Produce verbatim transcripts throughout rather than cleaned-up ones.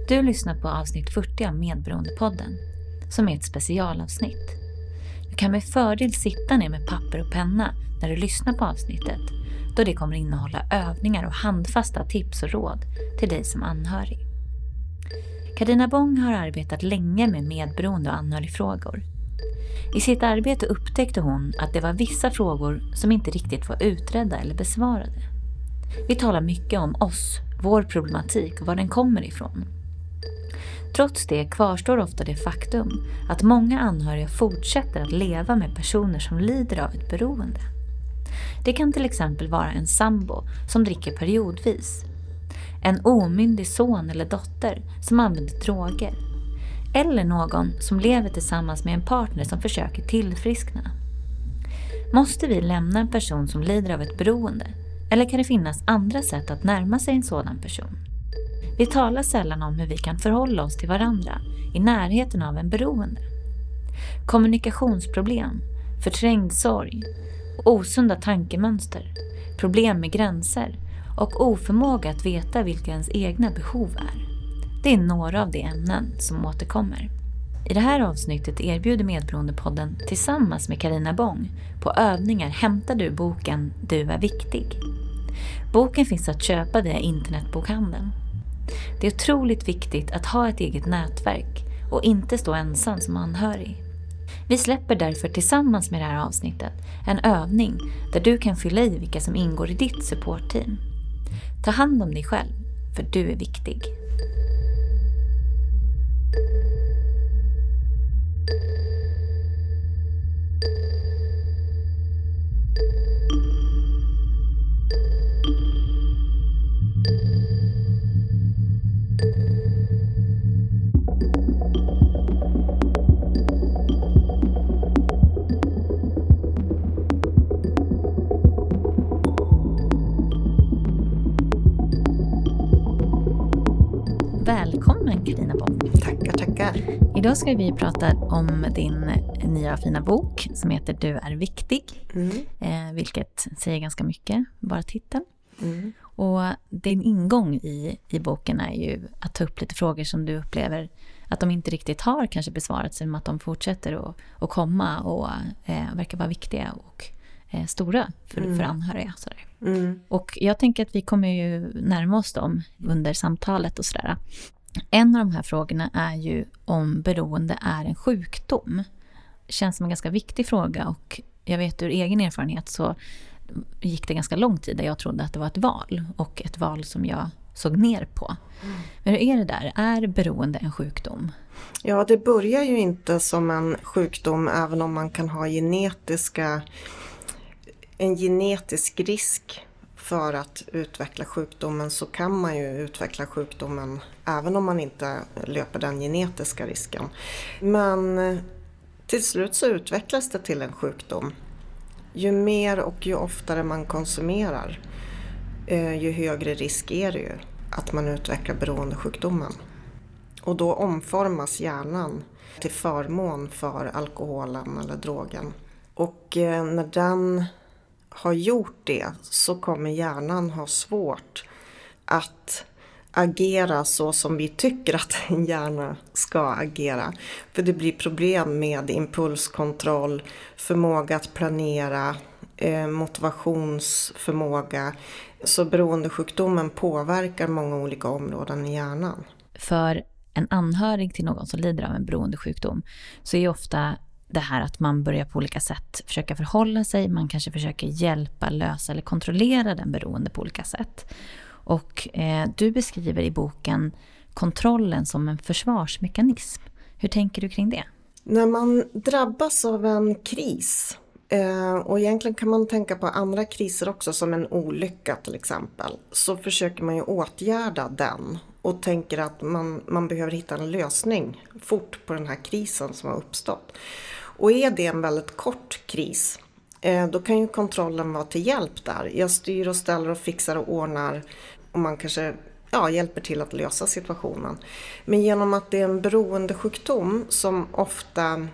Du lyssnar på avsnitt fyrtio av Medberoendepodden, som är ett specialavsnitt. Du kan med fördel sitta ner med papper och penna när du lyssnar på avsnittet, då det kommer innehålla övningar och handfasta tips och råd till dig som anhörig. Carina Bong har arbetat länge med medberoende och anhörigfrågor. I sitt arbete upptäckte hon att det var vissa frågor som inte riktigt var utredda eller besvarade. Vi talar mycket om oss, vår problematik och var den kommer ifrån. Trots det kvarstår ofta det faktum att många anhöriga fortsätter att leva med personer som lider av ett beroende. Det kan till exempel vara en sambo som dricker periodvis, en omyndig son eller dotter som använder droger, eller någon som lever tillsammans med en partner som försöker tillfriskna. Måste vi lämna en person som lider av ett beroende, eller kan det finnas andra sätt att närma sig en sådan person? Vi talar sällan om hur vi kan förhålla oss till varandra i närheten av en beroende. Kommunikationsproblem, förträngd sorg, osunda tankemönster, problem med gränser och oförmåga att veta vilka ens egna behov är. Det är några av de ämnen som återkommer. I det här avsnittet erbjuder Medberoendepodden tillsammans med Carina Bong på övningar hämtar du boken Du är viktig. Boken finns att köpa via internetbokhandeln. Det är otroligt viktigt att ha ett eget nätverk och inte stå ensam som anhörig. Vi släpper därför tillsammans med det här avsnittet en övning där du kan fylla i vilka som ingår i ditt supportteam. Ta hand om dig själv, för du är viktig. Välkommen Carina Bong. Tackar, tackar. Idag ska vi prata om din nya fina bok som heter Du är viktig. Mm. Eh, vilket säger ganska mycket, bara titeln. Mm. Och din ingång i, i boken är ju att ta upp lite frågor som du upplever att de inte riktigt har kanske besvarats, men att de fortsätter att, att komma och eh, verkar vara viktiga och eh, stora för, mm. för anhöriga. Sådär. Mm. Och jag tänker att vi kommer ju närma oss dem under samtalet och sådär. En av de här frågorna är ju om beroende är en sjukdom. Det känns som en ganska viktig fråga, och jag vet ur egen erfarenhet så gick det ganska lång tid där jag trodde att det var ett val, och ett val som jag såg ner på. Mm. Men hur är det där? Är beroende en sjukdom? Ja, det börjar ju inte som en sjukdom, även om man kan ha genetiska, en genetisk risk för att utveckla sjukdomen, så kan man ju utveckla sjukdomen även om man inte löper den genetiska risken. Men till slut så utvecklas det till en sjukdom. Ju mer och ju oftare man konsumerar, ju högre risk är det ju att man utvecklar beroendesjukdomen. Och då omformas hjärnan till förmån för alkoholen eller drogen. Och när den har gjort det så kommer hjärnan ha svårt att agera så som vi tycker att en hjärna ska agera. För det blir problem med impulskontroll, förmåga att planera, eh, motivationsförmåga. Så beroendesjukdomen påverkar många olika områden i hjärnan. För en anhörig till någon som lider av en beroendesjukdom så är ju ofta det här att man börjar på olika sätt försöka förhålla sig. Man kanske försöker hjälpa, lösa eller kontrollera den beroende på olika sätt. Och eh, du beskriver i boken kontrollen som en försvarsmekanism. Hur tänker du kring det? När man drabbas av en kris, eh, och egentligen kan man tänka på andra kriser också som en olycka till exempel, så försöker man ju åtgärda den och tänker att man, man behöver hitta en lösning fort på den här krisen som har uppstått. Och är det en väldigt kort kris, eh, då kan ju kontrollen vara till hjälp där. Jag styr och ställer och fixar och ordnar, och man kanske ja, hjälper till att lösa situationen. Men genom att det är en beroendesjukdom som ofta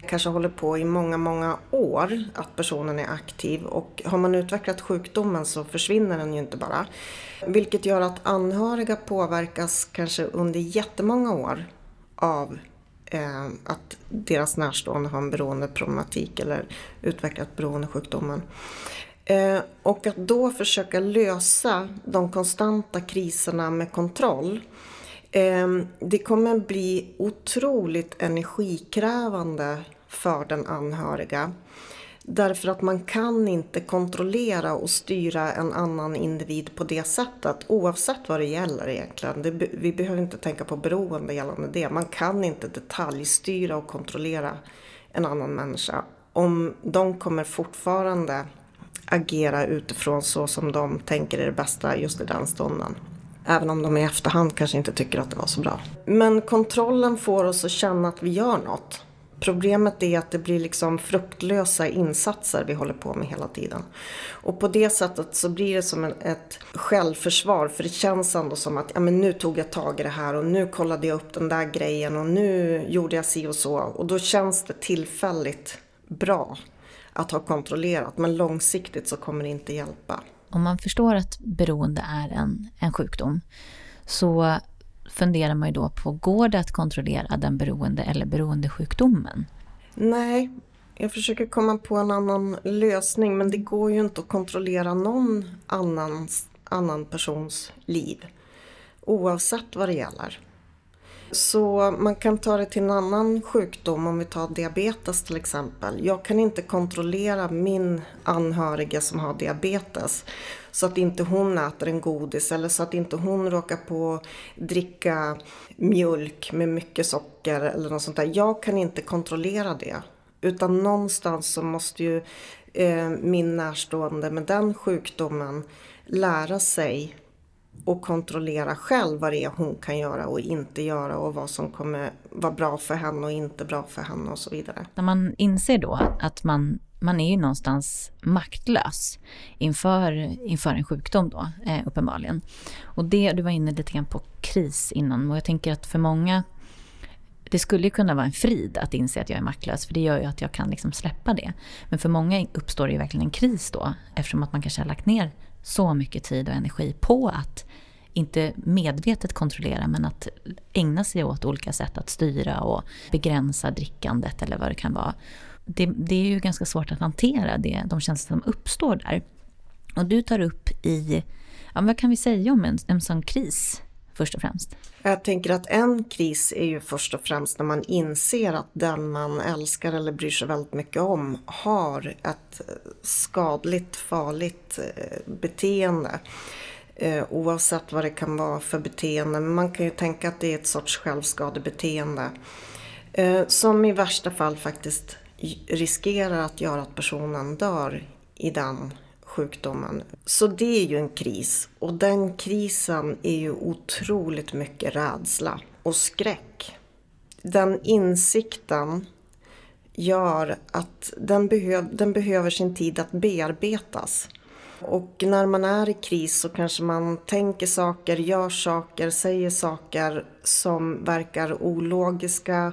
kanske håller på i många, många år att personen är aktiv, och har man utvecklat sjukdomen så försvinner den ju inte bara. Vilket gör att anhöriga påverkas kanske under jättemånga år av eh, att deras närstående har en beroendeproblematik eller utvecklat beroendesjukdomen. Eh, och att då försöka lösa de konstanta kriserna med kontroll, eh, det kommer bli otroligt energikrävande för den anhöriga. Därför att man kan inte kontrollera och styra en annan individ på det sättet, oavsett vad det gäller egentligen. Det, vi behöver inte tänka på beroende gällande det. Man kan inte detaljstyra och kontrollera en annan människa. Om de kommer fortfarande agera utifrån så som de tänker är det bästa just i den stunden. Även om de i efterhand kanske inte tycker att det var så bra. Men kontrollen får oss att känna att vi gör något. Problemet är att det blir liksom fruktlösa insatser vi håller på med hela tiden. Och på det sättet så blir det som en, ett självförsvar. För det känns ändå som att ja, men nu tog jag tag i det här och nu kollade jag upp den där grejen och nu gjorde jag si och så. Och då känns det tillfälligt bra att ha kontrollerat, men långsiktigt så kommer det inte hjälpa. Om man förstår att beroende är en, en sjukdom så funderar man ju då på, går det att kontrollera den beroende eller beroendesjukdomen? Nej, jag försöker komma på en annan lösning, men det går ju inte att kontrollera någon annans, annan persons liv, oavsett vad det gäller. Så man kan ta det till en annan sjukdom, om vi tar diabetes till exempel. Jag kan inte kontrollera min anhöriga som har diabetes så att inte hon äter en godis eller så att inte hon råkar på dricka mjölk med mycket socker eller något sånt där. Jag kan inte kontrollera det, utan någonstans så måste ju eh, min närstående med den sjukdomen lära sig och kontrollera själv vad det är hon kan göra och inte göra och vad som kommer vara bra för henne och inte bra för henne och så vidare. När man inser då att man, man är ju någonstans maktlös inför, inför en sjukdom då, eh, uppenbarligen. Och det, du var inne lite grann på kris innan, och jag tänker att för många, det skulle ju kunna vara en frid att inse att jag är maktlös, för det gör ju att jag kan liksom släppa det. Men för många uppstår det ju verkligen en kris då, eftersom att man kanske har lagt ner så mycket tid och energi på att inte medvetet kontrollera, men att ägna sig åt olika sätt att styra och begränsa drickandet eller vad det kan vara. Det, det är ju ganska svårt att hantera det, de känslor som uppstår där. Och du tar upp i, ja, vad kan vi säga om en, en sån kris först och främst? Jag tänker att en kris är ju först och främst när man inser att den man älskar eller bryr sig väldigt mycket om har ett skadligt, farligt beteende. Oavsett vad det kan vara för beteende. Men man kan ju tänka att det är ett sorts självskadebeteende. Som i värsta fall faktiskt riskerar att göra att personen dör i den sjukdomen. Så det är ju en kris, och den krisen är ju otroligt mycket rädsla och skräck. Den insikten gör att den, behöv, den behöver sin tid att bearbetas. Och när man är i kris så kanske man tänker saker, gör saker, säger saker som verkar ologiska.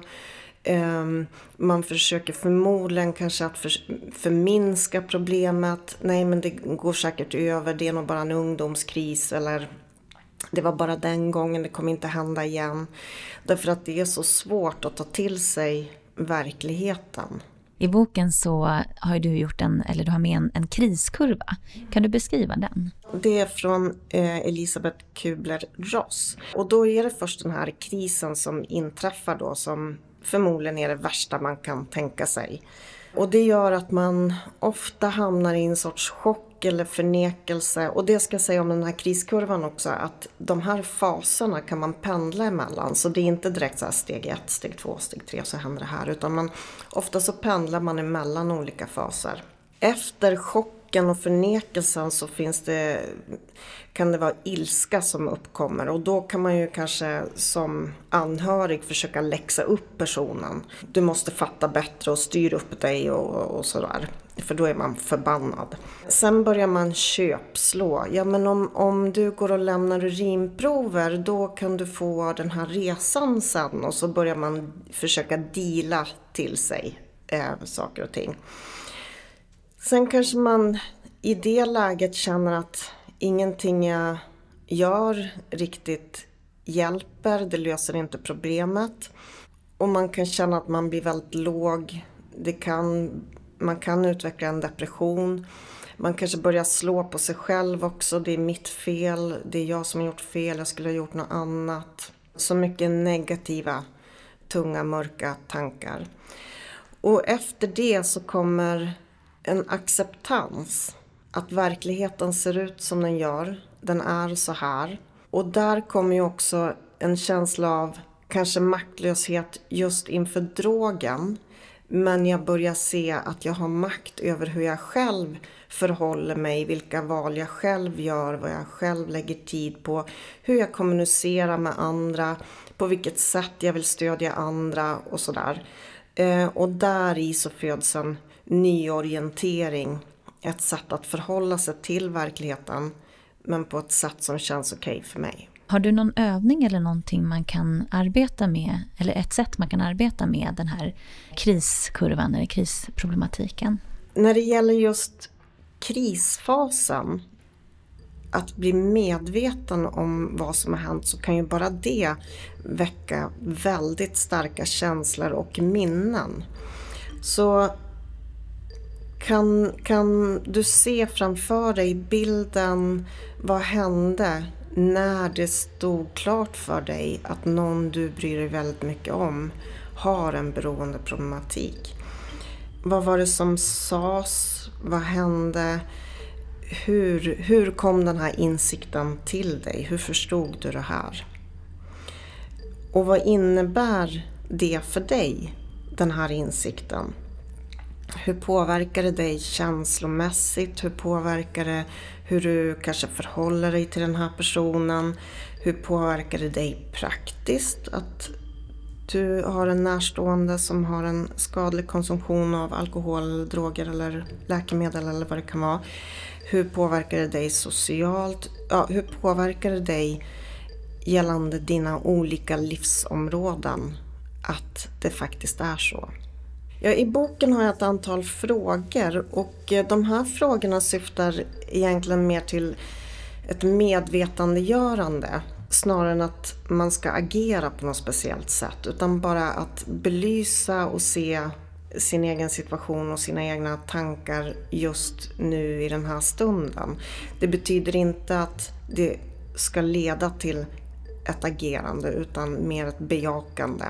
Man försöker förmodligen kanske att för, förminska problemet. Nej, men det går säkert över, det är nog bara en ungdomskris, eller det var bara den gången, det kommer inte hända igen. Därför att det är så svårt att ta till sig verkligheten. I boken så har du gjort en, eller du har med en, en kriskurva. Kan du beskriva den? Det är från eh, Elisabeth Kubler-Ross. Och då är det först den här krisen som inträffar då, som förmodligen är det värsta man kan tänka sig. Och det gör att man ofta hamnar i en sorts chock eller förnekelse. Och det ska jag säga om den här kriskurvan också, att de här faserna kan man pendla emellan. Så det är inte direkt så här steg ett, steg två, steg tre, så händer det här. Utan man, ofta så pendlar man emellan olika faser. Efter chocken och förnekelsen så finns det, kan det vara ilska som uppkommer. Och då kan man ju kanske som anhörig försöka läxa upp personen. Du måste fatta bättre och styra upp dig och, och sådär. För då är man förbannad. Sen börjar man köpslå. Ja, men om, om du går och lämnar urinprover, då kan du få den här resan sen. Och så börjar man försöka deala till sig eh, saker och ting. Sen kanske man i det läget känner att ingenting jag gör riktigt hjälper, det löser inte problemet. Och man kan känna att man blir väldigt låg. Det kan, man kan utveckla en depression. Man kanske börjar slå på sig själv också. Det är mitt fel, det är jag som har gjort fel, jag skulle ha gjort något annat. Så mycket negativa, tunga, mörka tankar. Och efter det så kommer en acceptans. Att verkligheten ser ut som den gör. Den är så här. Och där kommer ju också en känsla av kanske maktlöshet just inför drogen. Men jag börjar se att jag har makt över hur jag själv förhåller mig. Vilka val jag själv gör. Vad jag själv lägger tid på. Hur jag kommunicerar med andra. På vilket sätt jag vill stödja andra och sådär. Eh, och där i så föds en nyorientering. Ett sätt att förhålla sig till verkligheten. Men på ett sätt som känns okej för mig. Har du någon övning eller någonting man kan arbeta med, eller ett sätt man kan arbeta med den här kriskurvan eller krisproblematiken? När det gäller just krisfasen, att bli medveten om vad som har hänt, så kan ju bara det väcka väldigt starka känslor och minnen. Så kan, kan du se framför dig bilden, vad hände när det stod klart för dig att någon du bryr dig väldigt mycket om har en beroendeproblematik. Vad var det som sades? Vad hände? Hur, hur kom den här insikten till dig? Hur förstod du det här? Och vad innebär det för dig, den här insikten? Hur påverkar det dig känslomässigt? Hur påverkar det hur du kanske förhåller dig till den här personen? Hur påverkar det dig praktiskt att du har en närstående som har en skadlig konsumtion av alkohol, droger eller läkemedel eller vad det kan vara? Hur påverkar det dig socialt? Ja, hur påverkar det dig gällande dina olika livsområden att det faktiskt är så? Ja, i boken har jag ett antal frågor, och de här frågorna syftar egentligen mer till ett medvetandegörande snarare än att man ska agera på något speciellt sätt, utan bara att belysa och se sin egen situation och sina egna tankar just nu i den här stunden. Det betyder inte att det ska leda till ett agerande, utan mer ett bejakande.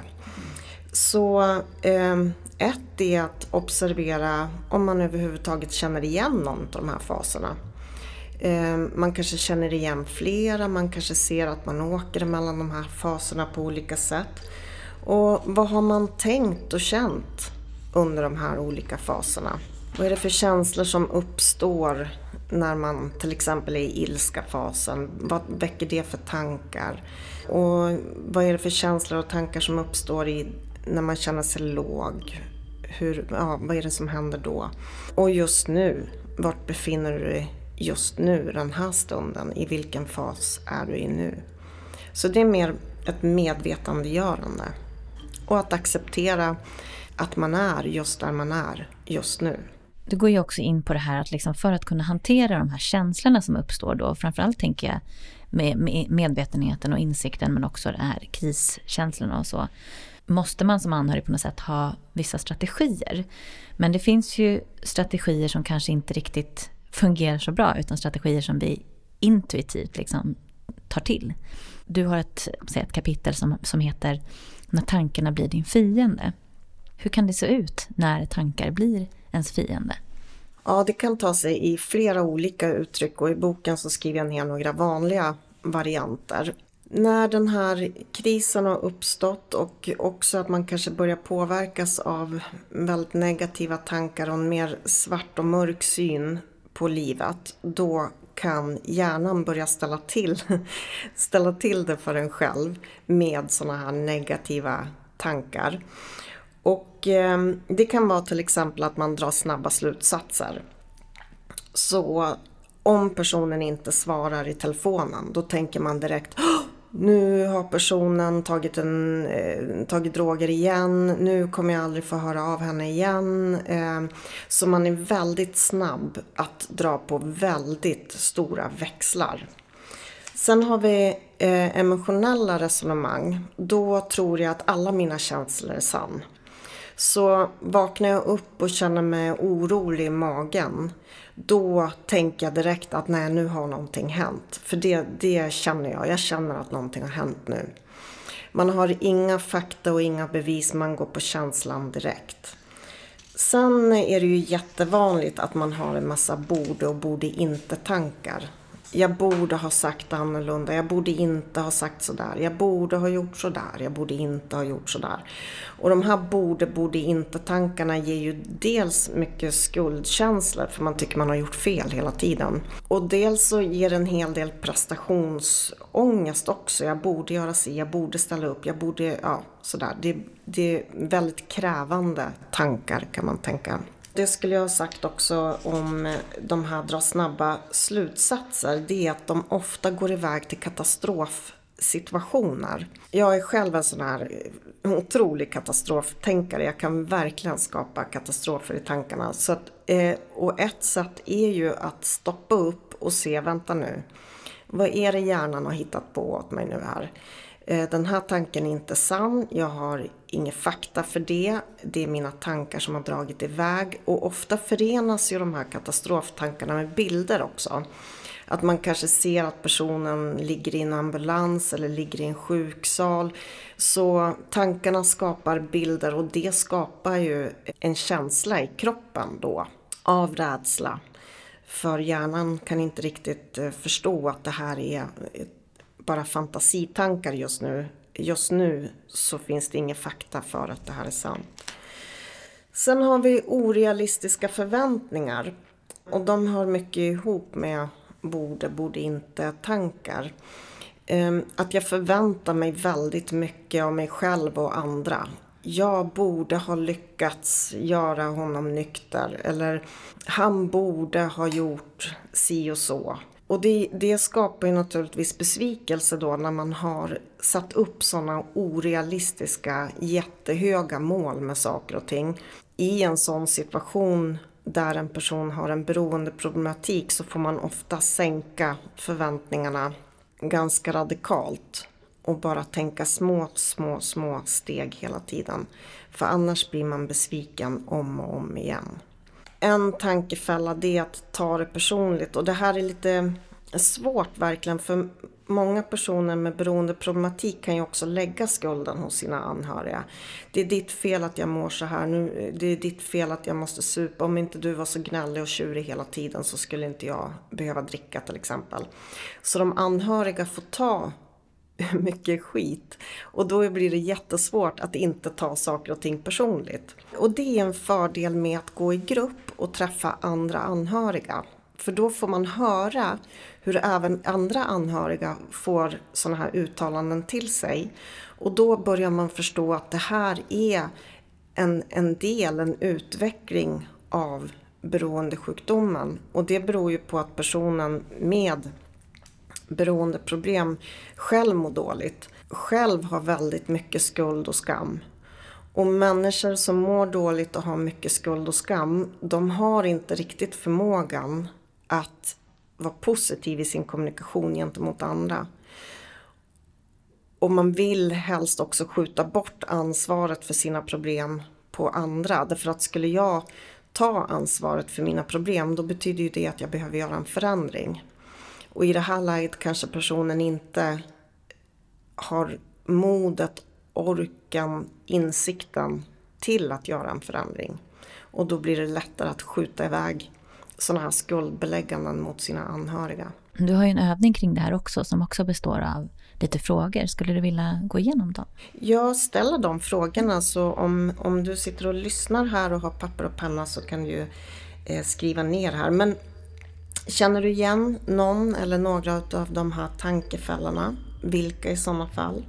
Så eh, ett är att observera om man överhuvudtaget känner igen någon av de här faserna. Eh, man kanske känner igen flera, man kanske ser att man åker mellan de här faserna på olika sätt. Och vad har man tänkt och känt under de här olika faserna? Vad är det för känslor som uppstår när man till exempel är i ilska fasen? Vad väcker det för tankar? Och vad är det för känslor och tankar som uppstår i när man känner sig låg? Hur, ja, vad är det som händer då? Och just nu, vart befinner du dig just nu, den här stunden? I vilken fas är du i nu? Så det är mer ett medvetandegörande. Och att acceptera att man är just där man är just nu. Du går ju också in på det här att liksom för att kunna hantera de här känslorna som uppstår då, framförallt tänker jag med, med medvetenheten och insikten, men också det här kriskänslorna och så, måste man som anhörig på något sätt ha vissa strategier. Men det finns ju strategier som kanske inte riktigt fungerar så bra, utan strategier som vi intuitivt liksom tar till. Du har ett, ett kapitel som, som heter När tankarna blir din fiende. Hur kan det se ut när tankar blir ens fiende? Ja, det kan ta sig i flera olika uttryck, och i boken så skriver jag ner några vanliga varianter. När den här krisen har uppstått och också att man kanske börjar påverkas av väldigt negativa tankar och en mer svart och mörk syn på livet, då kan hjärnan börja ställa till, ställa till det för en själv med såna här negativa tankar. Och eh, det kan vara till exempel att man drar snabba slutsatser. Så om personen inte svarar i telefonen, då tänker man direkt, nu har personen tagit, en, eh, tagit droger igen, nu kommer jag aldrig få höra av henne igen. Eh, så man är väldigt snabb att dra på väldigt stora växlar. Sen har vi eh, emotionella resonemang. Då tror jag att alla mina känslor är sann. Så vaknar jag upp och känner mig orolig i magen, då tänker jag direkt att nej, nu har någonting hänt. För det, det känner jag. Jag känner att någonting har hänt nu. Man har inga fakta och inga bevis, man går på känslan direkt. Sen är det ju jättevanligt att man har en massa borde och borde inte tankar. Jag borde ha sagt annorlunda, jag borde inte ha sagt sådär, jag borde ha gjort sådär, jag borde inte ha gjort sådär. Och de här borde, borde inte tankarna ger ju dels mycket skuldkänslor för man tycker man har gjort fel hela tiden. Och dels så ger en hel del prestationsångest också. Jag borde göra så, jag borde ställa upp, jag borde, ja sådär. Det, det är väldigt krävande tankar kan man tänka. Det skulle jag ha sagt också om de här drar snabba slutsatser. Det är att de ofta går iväg till katastrofsituationer. Jag är själv en sån här otrolig katastroftänkare. Jag kan verkligen skapa katastrofer i tankarna. Så att, och ett sätt är ju att stoppa upp och se, vänta nu. Vad är det hjärnan har hittat på åt mig nu här? Den här tanken är inte sann, jag har ingen fakta för det. Det är mina tankar som har dragit iväg. Och ofta förenas ju de här katastroftankarna med bilder också. Att man kanske ser att personen ligger i en ambulans eller ligger i en sjuksal. Så tankarna skapar bilder och det skapar ju en känsla i kroppen då av rädsla. För hjärnan kan inte riktigt förstå att det här är bara fantasitankar just nu. Just nu så finns det inga fakta för att det här är sant. Sen har vi orealistiska förväntningar. Och de har mycket ihop med borde, borde inte tankar. Att jag förväntar mig väldigt mycket av mig själv och andra. Jag borde ha lyckats göra honom nykter. Eller han borde ha gjort si och så. Och det, det skapar ju naturligtvis besvikelse då när man har satt upp sådana orealistiska, jättehöga mål med saker och ting. I en sån situation där en person har en beroendeproblematik så får man ofta sänka förväntningarna ganska radikalt. Och bara tänka små, små, små steg hela tiden. För annars blir man besviken om och om igen. En tankefälla det är att ta det personligt. Och det här är lite svårt verkligen. För många personer med beroendeproblematik kan ju också lägga skulden hos sina anhöriga. Det är ditt fel att jag mår så här nu. Det är ditt fel att jag måste supa. Om inte du var så gnällig och tjurig hela tiden så skulle inte jag behöva dricka till exempel. Så de anhöriga får ta mycket skit. Och då blir det jättesvårt att inte ta saker och ting personligt. Och det är en fördel med att gå i grupp och träffa andra anhöriga. För då får man höra hur även andra anhöriga får sådana här uttalanden till sig. Och då börjar man förstå att det här är en, en del, en utveckling av beroendesjukdomen. Och det beror ju på att personen med beroendeproblem själv mår dåligt. Själv har väldigt mycket skuld och skam. Och människor som mår dåligt och har mycket skuld och skam, de har inte riktigt förmågan att vara positiv i sin kommunikation gentemot andra. Och man vill helst också skjuta bort ansvaret för sina problem på andra. Därför att skulle jag ta ansvaret för mina problem, då betyder ju det att jag behöver göra en förändring. Och i det här läget kanske personen inte har modet, orken, insikten till att göra en förändring. Och då blir det lättare att skjuta iväg sådana här skuldbelägganden mot sina anhöriga. Du har ju en övning kring det här också som också består av lite frågor. Skulle du vilja gå igenom dem? Jag ställer de frågorna, så om, om du sitter och lyssnar här och har papper och penna så kan du eh, skriva ner här. Men känner du igen någon eller några av de här tankefällorna? Vilka i sådana fall?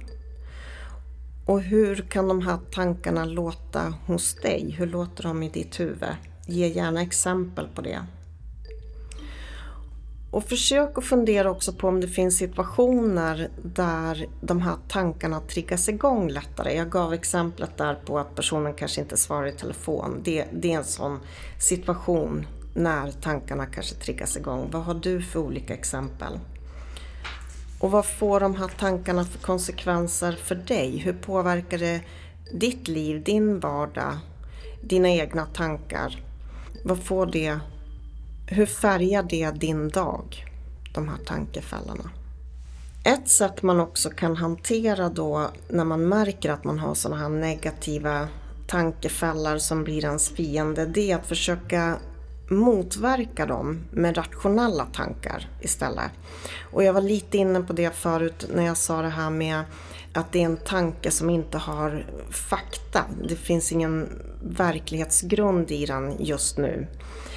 Och hur kan de här tankarna låta hos dig? Hur låter de i ditt huvud? Ge gärna exempel på det. Och försök att fundera också på om det finns situationer där de här tankarna triggas igång lättare. Jag gav exemplet där på att personen kanske inte svarar i telefon. Det, det är en sån situation när tankarna kanske triggas igång. Vad har du för olika exempel? Och vad får de här tankarna för konsekvenser för dig? Hur påverkar det ditt liv, din vardag, dina egna tankar? Vad får det? Hur färgar det din dag, de här tankefällorna? Ett sätt man också kan hantera då när man märker att man har sådana här negativa tankefällor som blir ens fiende, det är att försöka motverka dem med rationella tankar istället. Och jag var lite inne på det förut när jag sa det här med att det är en tanke som inte har fakta. Det finns ingen verklighetsgrund i den just nu.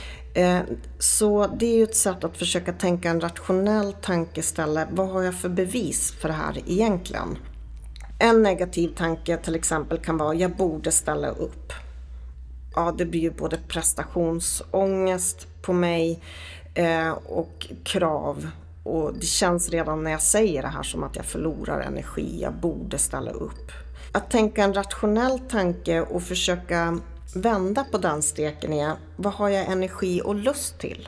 Så det är ju ett sätt att försöka tänka en rationell tanke istället. Vad har jag för bevis för det här egentligen? En negativ tanke till exempel kan vara jag borde ställa upp. Ja, det blir ju både prestationsångest på mig eh, och krav. Och det känns redan när jag säger det här som att jag förlorar energi. Jag borde ställa upp. Att tänka en rationell tanke och försöka vända på den steken är, vad har jag energi och lust till?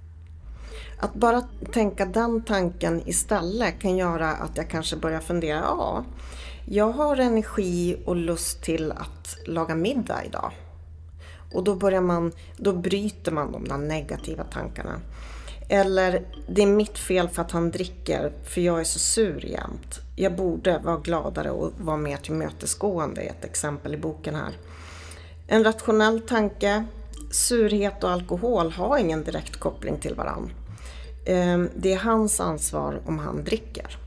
Att bara tänka den tanken istället kan göra att jag kanske börjar fundera, ja, jag har energi och lust till att laga middag idag. Och då börjar man, då bryter man de där negativa tankarna. Eller, det är mitt fel för att han dricker, för jag är så sur jämt. Jag borde vara gladare och vara mer tillmötesgående, ett exempel i boken här. En rationell tanke, surhet och alkohol har ingen direkt koppling till varann. Det är hans ansvar om han dricker.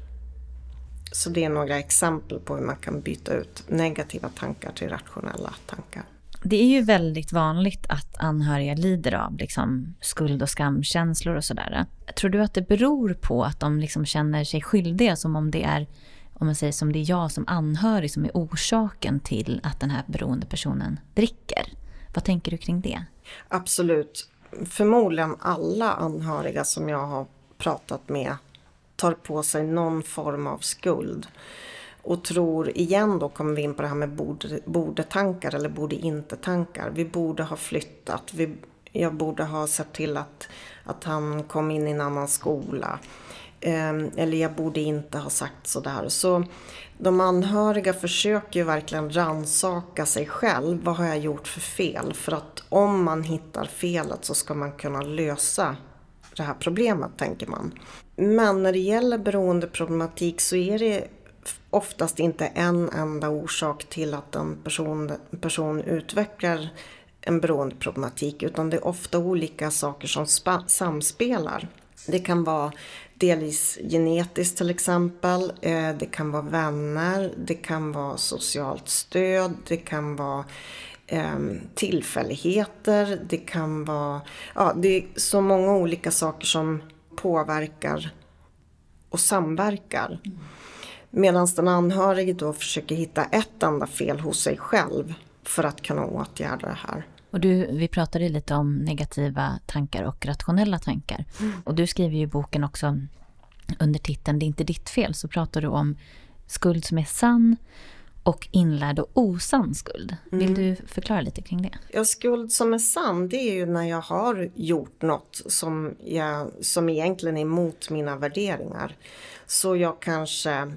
Så det är några exempel på hur man kan byta ut negativa tankar till rationella tankar. Det är ju väldigt vanligt att anhöriga lider av liksom skuld- och skamkänslor och sådär. Tror du att det beror på att de liksom känner sig skyldiga, som om det är, om man säger som det är jag som anhörig som är orsaken till att den här beroende personen dricker? Vad tänker du kring det? Absolut. Förmodligen alla anhöriga som jag har pratat med tar på sig någon form av skuld. Och tror, igen då kommer vi in på det här med borde, borde tankar eller borde inte tankar. Vi borde ha flyttat. Vi, jag borde ha sett till att, att han kom in i en annan skola. Eh, eller jag borde inte ha sagt sådär. Så de anhöriga försöker ju verkligen rannsaka sig själv. Vad har jag gjort för fel? För att om man hittar felet så ska man kunna lösa det här problemet, tänker man. Men när det gäller beroendeproblematik så är det oftast inte en enda orsak till att en person, person utvecklar en beroendeproblematik, utan det är ofta olika saker som spa, samspelar. Det kan vara delvis genetiskt till exempel, det kan vara vänner, det kan vara socialt stöd, det kan vara eh, tillfälligheter, det kan vara, ja, det är så många olika saker som påverkar och samverkar. Mm. Medan den anhörige då försöker hitta ett enda fel hos sig själv för att kunna åtgärda det här. Och du, vi pratade lite om negativa tankar och rationella tankar. Mm. Och du skriver ju i boken också under titeln Det är inte ditt fel, så pratar du om skuld som är sann och inlärd och osann skuld. Mm. Vill du förklara lite kring det? Ja, skuld som är sann, det är ju när jag har gjort något som, jag, som egentligen är emot mina värderingar. Så jag kanske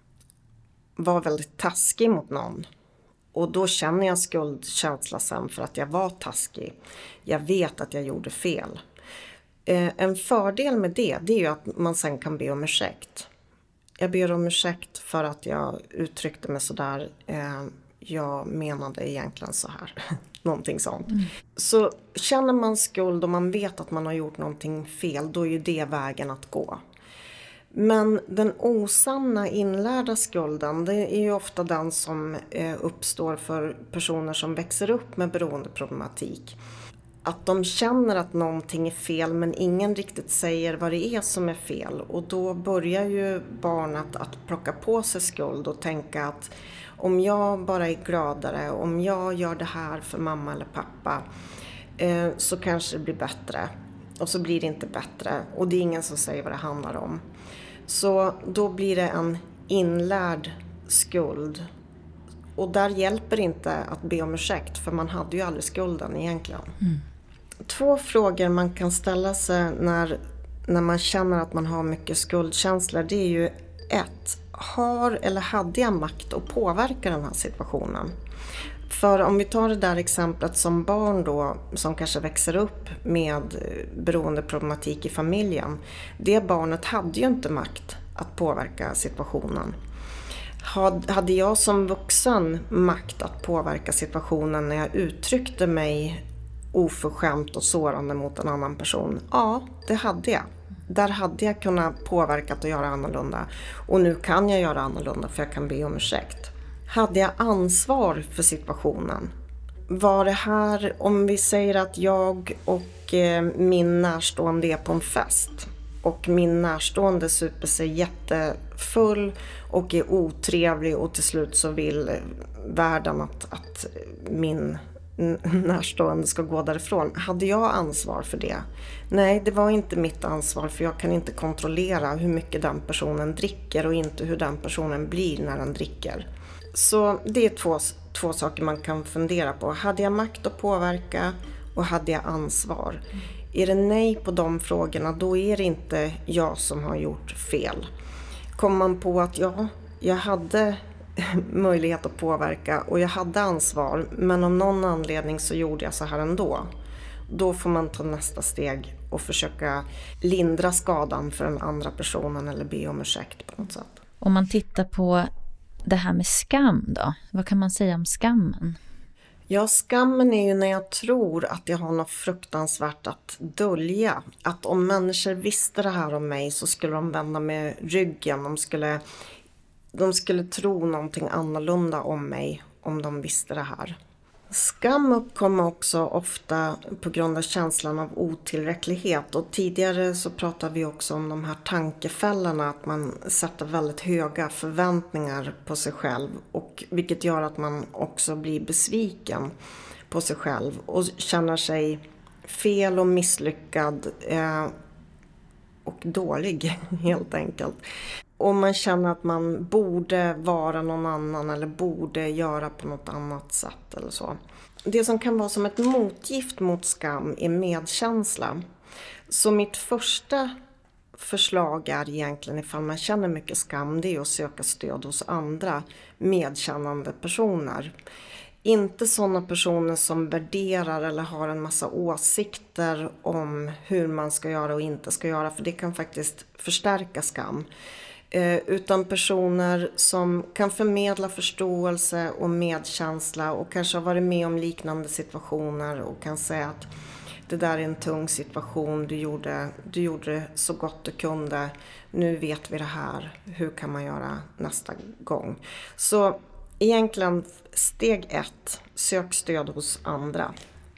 var väldigt taskig mot någon. Och då känner jag skuldkänsla sen för att jag var taskig. Jag vet att jag gjorde fel. Eh, en fördel med det, det är ju att man sen kan be om ursäkt. Jag ber om ursäkt för att jag uttryckte mig sådär. Eh, jag menade egentligen så här. Någonting sånt. Mm. Så känner man skuld och man vet att man har gjort någonting fel, då är ju det vägen att gå. Men den osanna inlärda skulden, det är ju ofta den som eh, uppstår för personer som växer upp med beroendeproblematik. Att de känner att någonting är fel men ingen riktigt säger vad det är som är fel. Och då börjar ju barnet att plocka på sig skuld och tänka att om jag bara är gladare, om jag gör det här för mamma eller pappa eh, så kanske det blir bättre. och så blir det inte bättre och det är ingen som säger vad det handlar om. Så då blir det en inlärd skuld. Och där hjälper inte att be om ursäkt, för man hade ju aldrig skulden egentligen. Mm. Två frågor man kan ställa sig när, när man känner att man har mycket skuldkänslor, det är ju ett, har eller hade jag makt att påverka den här situationen? För om vi tar det där exemplet som barn då, som kanske växer upp med beroendeproblematik i familjen. Det barnet hade ju inte makt att påverka situationen. Hade jag som vuxen makt att påverka situationen när jag uttryckte mig oförskämt och sårande mot en annan person? Ja, det hade jag. Där hade jag kunnat påverka och göra annorlunda. Och nu kan jag göra annorlunda för jag kan be om ursäkt. Hade jag ansvar för situationen? Var det här, om vi säger att jag och min närstående är på en fest och min närstående super sig jättefull och är otrevlig och till slut så vill världen att, att min närstående ska gå därifrån. Hade jag ansvar för det? Nej, det var inte mitt ansvar, för jag kan inte kontrollera hur mycket den personen dricker och inte hur den personen blir när den dricker. Så det är två, två saker man kan fundera på. Hade jag makt att påverka och hade jag ansvar? Mm. Är det nej på de frågorna, då är det inte jag som har gjort fel. Kommer man på att ja, jag hade möjlighet att påverka och jag hade ansvar, men av någon anledning så gjorde jag så här ändå. Då får man ta nästa steg och försöka lindra skadan för den andra personen eller be om ursäkt på något sätt. Om man tittar på det här med skam då, vad kan man säga om skammen? Ja, skammen är ju när jag tror att jag har något fruktansvärt att dölja. Att om människor visste det här om mig så skulle de vända med ryggen. De skulle, de skulle tro någonting annorlunda om mig om de visste det här. Skam uppkommer också ofta på grund av känslan av otillräcklighet. Och tidigare så pratade vi också om de här tankefällorna, att man sätter väldigt höga förväntningar på sig själv. Och vilket gör att man också blir besviken på sig själv och känner sig fel och misslyckad eh, och dålig helt enkelt. Och man känner att man borde vara någon annan eller borde göra på något annat sätt eller så. Det som kan vara som ett motgift mot skam är medkänsla. Så mitt första förslag är egentligen, ifall man känner mycket skam, det är att söka stöd hos andra medkännande personer. Inte sådana personer som värderar eller har en massa åsikter om hur man ska göra och inte ska göra, för det kan faktiskt förstärka skam. Utan personer som kan förmedla förståelse och medkänsla och kanske har varit med om liknande situationer och kan säga att det där är en tung situation, du gjorde, du gjorde det så gott du kunde, nu vet vi det här, hur kan man göra nästa gång? Så egentligen steg ett, sök stöd hos andra.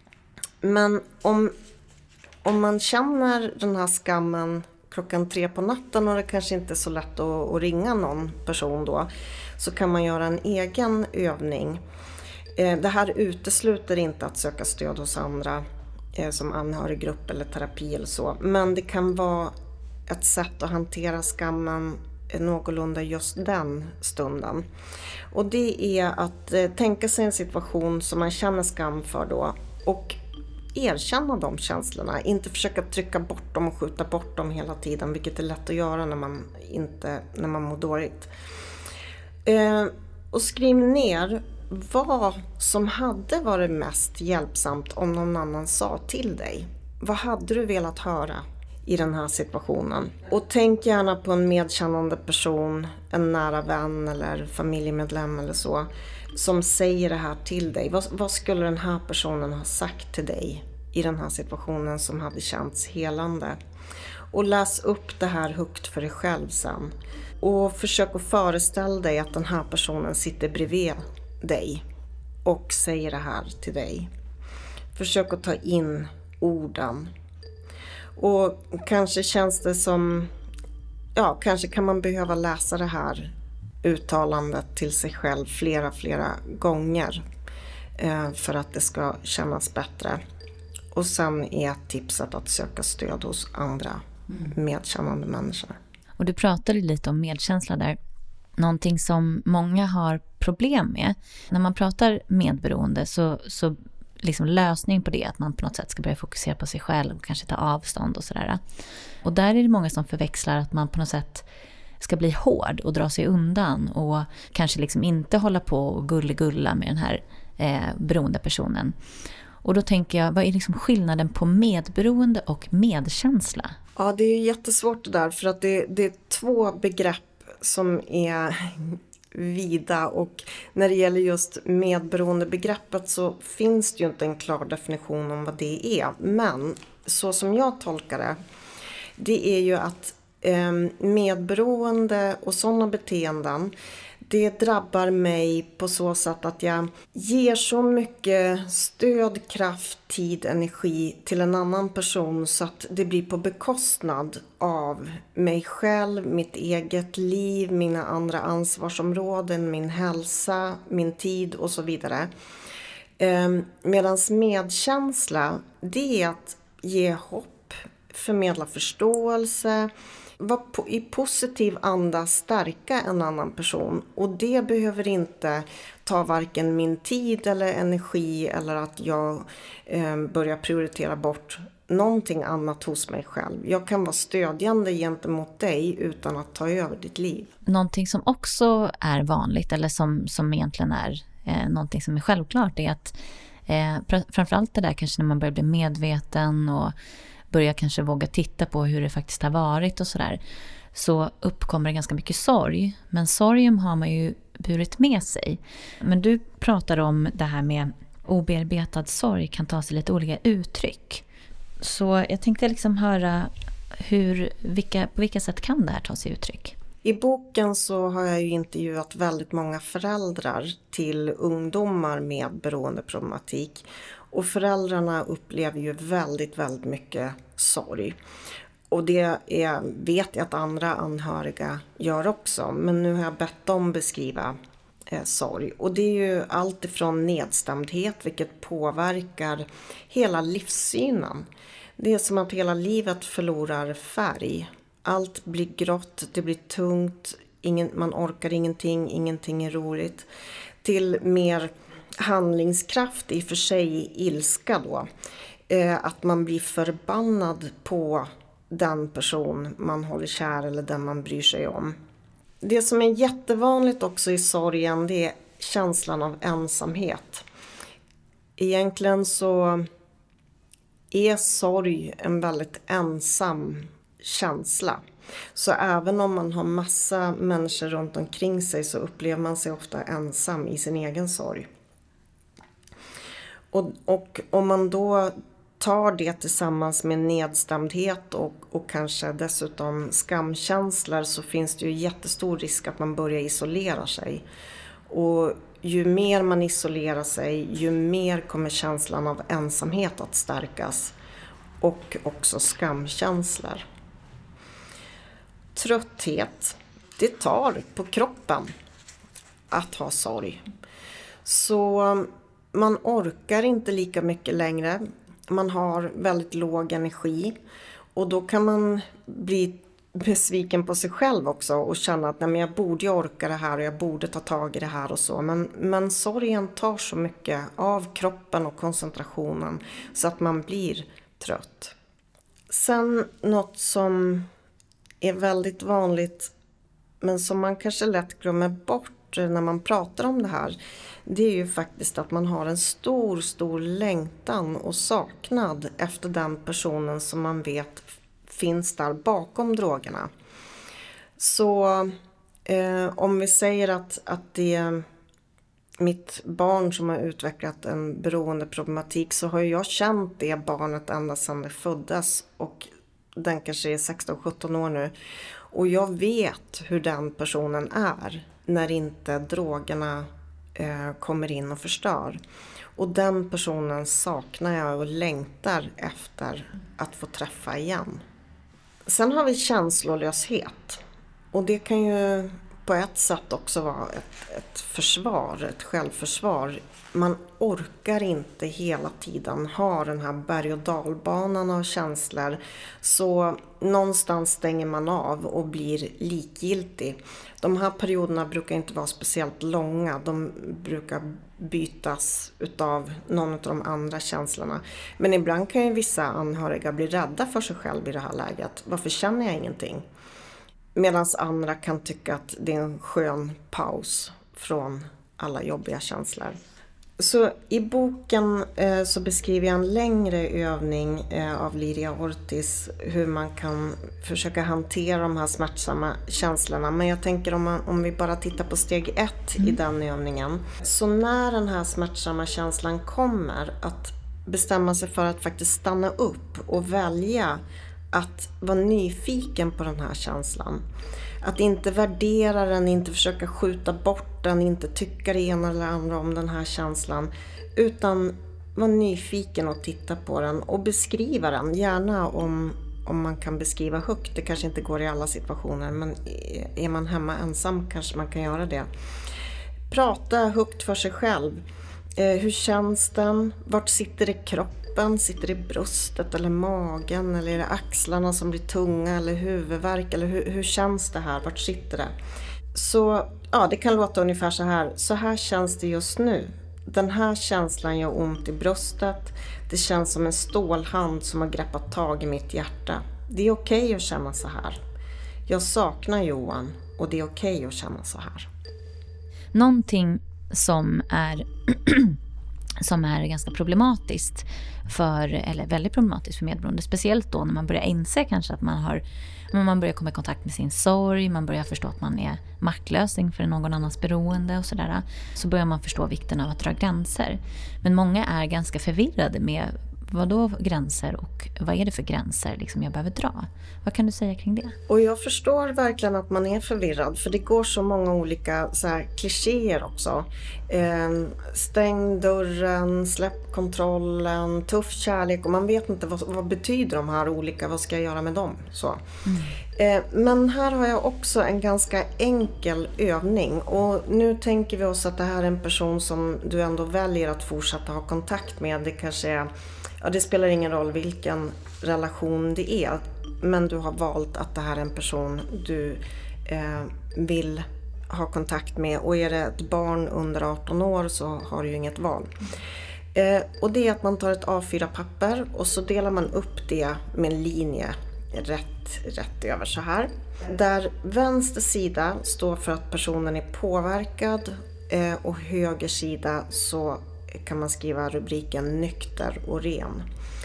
Men om, om man känner den här skammen klockan tre på natten och det kanske inte är så lätt att, att ringa någon person då, så kan man göra en egen övning. Det här utesluter inte att söka stöd hos andra som anhöriggrupp eller terapi eller så, men det kan vara ett sätt att hantera skammen någorlunda just den stunden. Och det är att tänka sig en situation som man känner skam för då och erkänna de känslorna, inte försöka trycka bort dem och skjuta bort dem hela tiden, vilket är lätt att göra när man inte när man mår dåligt. Eh, och skriv ner vad som hade varit mest hjälpsamt om någon annan sa till dig. Vad hade du velat höra i den här situationen? Och tänk gärna på en medkännande person, en nära vän eller familjemedlem eller så, som säger det här till dig. Vad, vad skulle den här personen ha sagt till dig i den här situationen som hade känts helande? Och läs upp det här högt för dig själv sen. Och försök att föreställa dig att den här personen sitter bredvid dig och säger det här till dig. Försök att ta in orden. Och kanske känns det som, ja, kanske kan man behöva läsa det här uttalandet till sig själv flera, flera gånger eh, för att det ska kännas bättre. Och sen är tipset att söka stöd hos andra mm. medkännande människor. Och du pratade lite om medkänsla där. Någonting som många har problem med. När man pratar medberoende så, så liksom lösning på det att man på något sätt ska börja fokusera på sig själv och kanske ta avstånd och sådär. Och där är det många som förväxlar att man på något sätt ska bli hård och dra sig undan och kanske liksom inte hålla på och gulligulla med den här eh, beroende personen. Och då tänker jag, vad är liksom skillnaden på medberoende och medkänsla? Ja, det är ju jättesvårt det där för att det, det är två begrepp som är vida, och när det gäller just medberoendebegreppet så finns det ju inte en klar definition om vad det är. Men så som jag tolkar det, det är ju att eh, medberoende och sådana beteenden, det drabbar mig på så sätt att jag ger så mycket stöd, kraft, tid, energi till en annan person så att det blir på bekostnad av mig själv, mitt eget liv, mina andra ansvarsområden, min hälsa, min tid och så vidare. Medan medkänsla, det är att ge hopp, förmedla förståelse, var i positiv anda stärka en annan person, och det behöver inte ta varken min tid eller energi eller att jag eh, börjar prioritera bort någonting annat hos mig själv. Jag kan vara stödjande gentemot dig utan att ta över ditt liv. Någonting som också är vanligt eller som, som egentligen är eh, någonting som är självklart är att eh, framförallt det där kanske när man börjar bli medveten och börja kanske våga titta på hur det faktiskt har varit och sådär, så uppkommer det ganska mycket sorg. Men sorgen har man ju burit med sig. Men du pratar om det här med obearbetad sorg kan ta sig lite olika uttryck. Så jag tänkte liksom höra hur, vilka, på vilka sätt kan det här ta sig uttryck? I boken så har jag ju intervjuat väldigt många föräldrar till ungdomar med beroendeproblematik. Och föräldrarna upplever ju väldigt, väldigt mycket sorg. Och det är, vet jag att andra anhöriga gör också. Men nu har jag bett dem beskriva eh, sorg. Och det är ju allt ifrån nedstämdhet, vilket påverkar hela livssynen. Det är som att hela livet förlorar färg. Allt blir grått, det blir tungt, ingen, man orkar ingenting, ingenting är roligt. Till mer handlingskraft, i och för sig ilska då. Eh, att man blir förbannad på den person man håller kär eller den man bryr sig om. Det som är jättevanligt också i sorgen, det är känslan av ensamhet. Egentligen så är sorg en väldigt ensam känsla. Så även om man har massa människor runt omkring sig så upplever man sig ofta ensam i sin egen sorg. Och, och om man då tar det tillsammans med nedstämdhet och, och kanske dessutom skamkänslor, så finns det ju jättestor risk att man börjar isolera sig. Och ju mer man isolerar sig, ju mer kommer känslan av ensamhet att stärkas. Och också skamkänslor. Trötthet, det tar på kroppen att ha sorg. Så man orkar inte lika mycket längre. Man har väldigt låg energi. Och då kan man bli besviken på sig själv också. Och känna att nej, men jag borde orka det här och jag borde ta tag i det här och så. Men, men sorgen tar så mycket av kroppen och koncentrationen så att man blir trött. Sen något som är väldigt vanligt men som man kanske lätt glömmer bort när man pratar om det här, det är ju faktiskt att man har en stor, stor längtan och saknad efter den personen som man vet finns där bakom drogerna. Så eh, om vi säger att, att det är mitt barn som har utvecklat en beroendeproblematik, så har jag känt det barnet ända sedan det föddes, och den kanske är sexton sjutton år nu. Och jag vet hur den personen är när inte drogerna eh, kommer in och förstör. Och den personen saknar jag och längtar efter att få träffa igen. Sen har vi känslolöshet. Och det kan ju på ett sätt också vara ett, ett försvar, ett självförsvar. Man orkar inte hela tiden ha den här berg- och dalbanan av känslor. Så någonstans stänger man av och blir likgiltig. De här perioderna brukar inte vara speciellt långa. De brukar bytas utav någon av de andra känslorna. Men ibland kan ju vissa anhöriga bli rädda för sig själv i det här läget. Varför känner jag ingenting? Medan andra kan tycka att det är en skön paus från alla jobbiga känslor. Så i boken eh, så beskriver jag en längre övning eh, av Liria Ortiz hur man kan försöka hantera de här smärtsamma känslorna. Men jag tänker om, man, om vi bara tittar på steg ett mm. i den övningen. Så när den här smärtsamma känslan kommer, att bestämma sig för att faktiskt stanna upp och välja att vara nyfiken på den här känslan. Att inte värdera den, inte försöka skjuta bort den, inte tycka det ena eller andra om den här känslan. Utan vara nyfiken och titta på den och beskriva den. Gärna om, om man kan beskriva högt. Det kanske inte går i alla situationer, men är man hemma ensam kanske man kan göra det. Prata högt för sig själv. Eh, hur känns den? Vart sitter det i kroppen? Sitter det i bröstet eller magen? Eller är det axlarna som blir tunga? Eller huvudvärk? Eller hur, hur känns det här? Vart sitter det? Så ja, det kan låta ungefär så här. Så här känns det just nu. Den här känslan gör ont i bröstet. Det känns som en stålhand som har greppat tag i mitt hjärta. Det är okej att känna så här. Jag saknar Johan och det är okej att känna så här. Någonting som är som är ganska problematiskt för, eller väldigt problematiskt för medberoende, speciellt då när man börjar inse kanske att man har, man börjar komma i kontakt med sin sorg, man börjar förstå att man är maktlös inför någon annans beroende och sådär, så börjar man förstå vikten av att dra gränser. Men många är ganska förvirrade med vad då gränser och vad är det för gränser liksom jag behöver dra? Vad kan du säga kring det? Och jag förstår verkligen att man är förvirrad, för det går så många olika så här klichéer också. Eh, stäng dörren, släpp kontrollen, tuff kärlek, och man vet inte vad, vad betyder de här olika, vad ska jag göra med dem? Så. Mm. Eh, men här har jag också en ganska enkel övning, och nu tänker vi oss att det här är en person som du ändå väljer att fortsätta ha kontakt med. Det kanske är, ja, det spelar ingen roll vilken relation det är, men du har valt att det här är en person du eh, vill ha kontakt med, och är det ett barn under arton år så har du ju inget val. Eh, och det är att man tar ett A fyra papper och så delar man upp det med en linje rätt, rätt över så här. Där vänster sida står för att personen är påverkad eh, och höger sida så kan man skriva rubriken nykter och ren.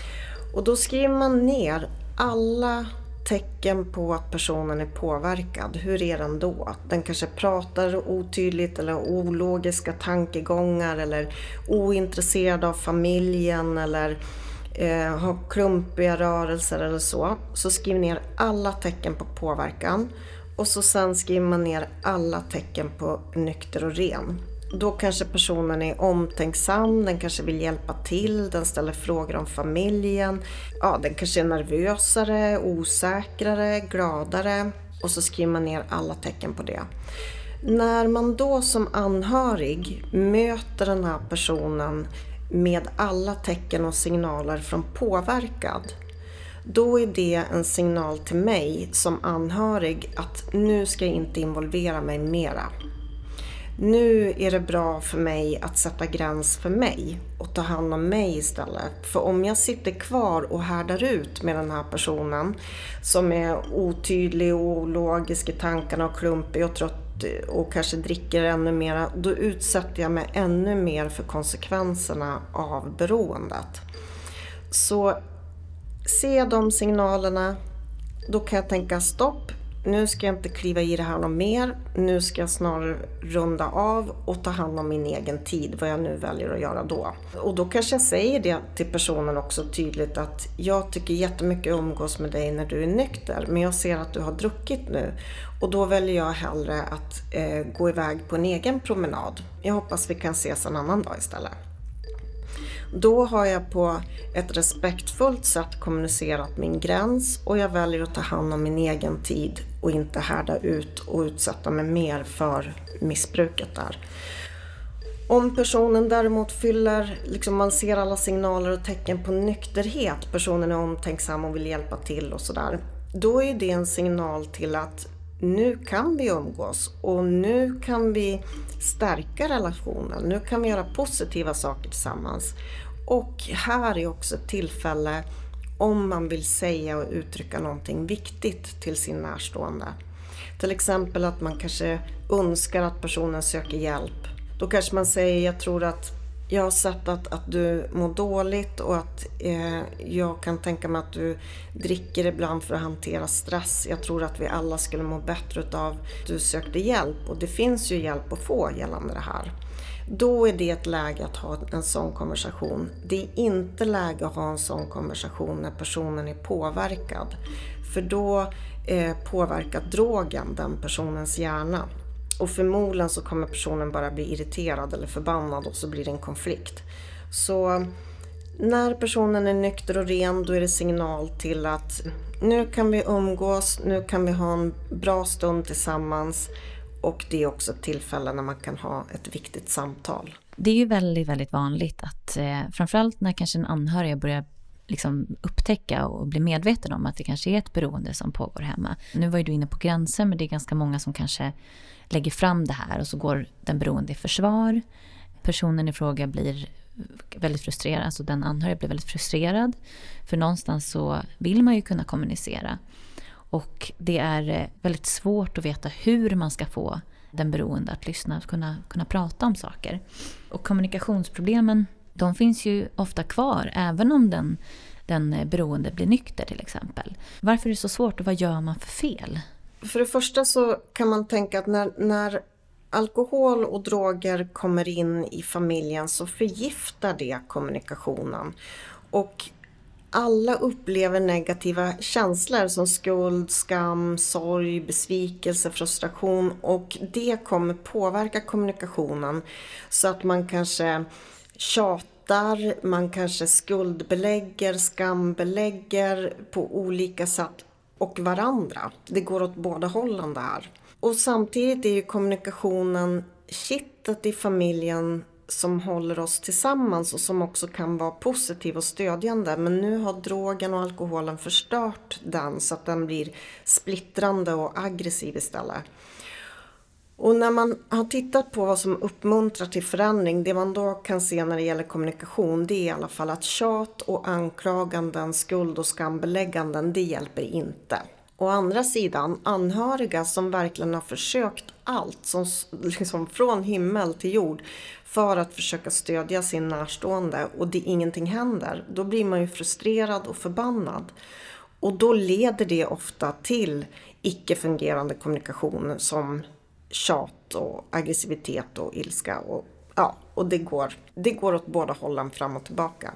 Och då skriver man ner alla tecken på att personen är påverkad. Hur är den då? Den kanske pratar otydligt eller ologiska tankegångar eller ointresserad av familjen eller eh, har klumpiga rörelser eller så. Så skriv ner alla tecken på påverkan och så sen skriver man ner alla tecken på nykter och ren. Då kanske personen är omtänksam, den kanske vill hjälpa till, den ställer frågor om familjen. Ja, den kanske är nervösare, osäkrare, gladare, och så skriver man ner alla tecken på det. När man då som anhörig möter den här personen med alla tecken och signaler från påverkad, då är det en signal till mig som anhörig att nu ska jag inte involvera mig mera. Nu är det bra för mig att sätta gräns för mig och ta hand om mig istället. För om jag sitter kvar och härdar ut med den här personen som är otydlig och ologisk i tankarna och klumpig och trött och kanske dricker ännu mer, då utsätter jag mig ännu mer för konsekvenserna av beroendet. Så se de signalerna, då kan jag tänka stopp. Nu ska jag inte kliva i det här något mer. Nu ska jag snarare runda av och ta hand om min egen tid. Vad jag nu väljer att göra då. Och då kanske jag säger det till personen också tydligt att jag tycker jättemycket umgås med dig när du är nykter. Men jag ser att du har druckit nu. Och då väljer jag hellre att eh, gå iväg på en egen promenad. Jag hoppas vi kan ses en annan dag istället. Då har jag på ett respektfullt sätt kommunicerat min gräns och jag väljer att ta hand om min egen tid och inte härda ut och utsätta mig mer för missbruket där. Om personen däremot fyller, liksom man ser alla signaler och tecken på nykterhet, personen är omtänksam och vill hjälpa till och sådär, då är det en signal till att nu kan vi umgås och nu kan vi stärka relationen, nu kan vi göra positiva saker tillsammans. Och här är också ett tillfälle om man vill säga och uttrycka någonting viktigt till sin närstående. Till exempel att man kanske önskar att personen söker hjälp. Då kanske man säger, jag tror att jag har sett att, att du mår dåligt och att eh, jag kan tänka mig att du dricker ibland för att hantera stress. Jag tror att vi alla skulle må bättre av att du sökte hjälp och det finns ju hjälp att få gällande det här. Då är det ett läge att ha en sån konversation. Det är inte läge att ha en sån konversation när personen är påverkad. För då eh, påverkar drogen den personens hjärna. Och förmodligen så kommer personen bara bli irriterad eller förbannad och så blir det en konflikt. Så när personen är nykter och ren, då är det signal till att nu kan vi umgås, nu kan vi ha en bra stund tillsammans. Och det är också ett tillfälle när man kan ha ett viktigt samtal. Det är ju väldigt, väldigt vanligt att eh, framförallt när kanske en anhörig börjar liksom upptäcka och bli medveten om att det kanske är ett beroende som pågår hemma. Nu var ju du inne på gränser, men det är ganska många som kanske lägger fram det här och så går den beroende i försvar. Personen i fråga blir väldigt frustrerad, alltså den anhöriga blir väldigt frustrerad. För någonstans så vill man ju kunna kommunicera. Och det är väldigt svårt att veta hur man ska få den beroende att lyssna, att kunna, kunna prata om saker. Och kommunikationsproblemen, de finns ju ofta kvar även om den, den beroende blir nykter till exempel. Varför är det så svårt och vad gör man för fel? För det första så kan man tänka att när, när alkohol och droger kommer in i familjen så förgiftar det kommunikationen. Och alla upplever negativa känslor som skuld, skam, sorg, besvikelse, frustration och det kommer påverka kommunikationen så att man kanske tjatar, man kanske skuldbelägger, skambelägger på olika sätt och varandra. Det går åt båda hållen där. Och samtidigt är ju kommunikationen kittet i familjen som håller oss tillsammans och som också kan vara positiv och stödjande. Men nu har drogen och alkoholen förstört den så att den blir splittrande och aggressiv istället. Och när man har tittat på vad som uppmuntrar till förändring, det man då kan se när det gäller kommunikation, det är i alla fall att tjat och anklaganden, skuld och skambelägganden, det hjälper inte. Å andra sidan, anhöriga som verkligen har försökt allt som, liksom från himmel till jord för att försöka stödja sin närstående och det ingenting händer, då blir man ju frustrerad och förbannad. Och då leder det ofta till icke-fungerande kommunikation som tjat och aggressivitet och ilska. Och, ja, och det, går, det går åt båda hållen fram och tillbaka.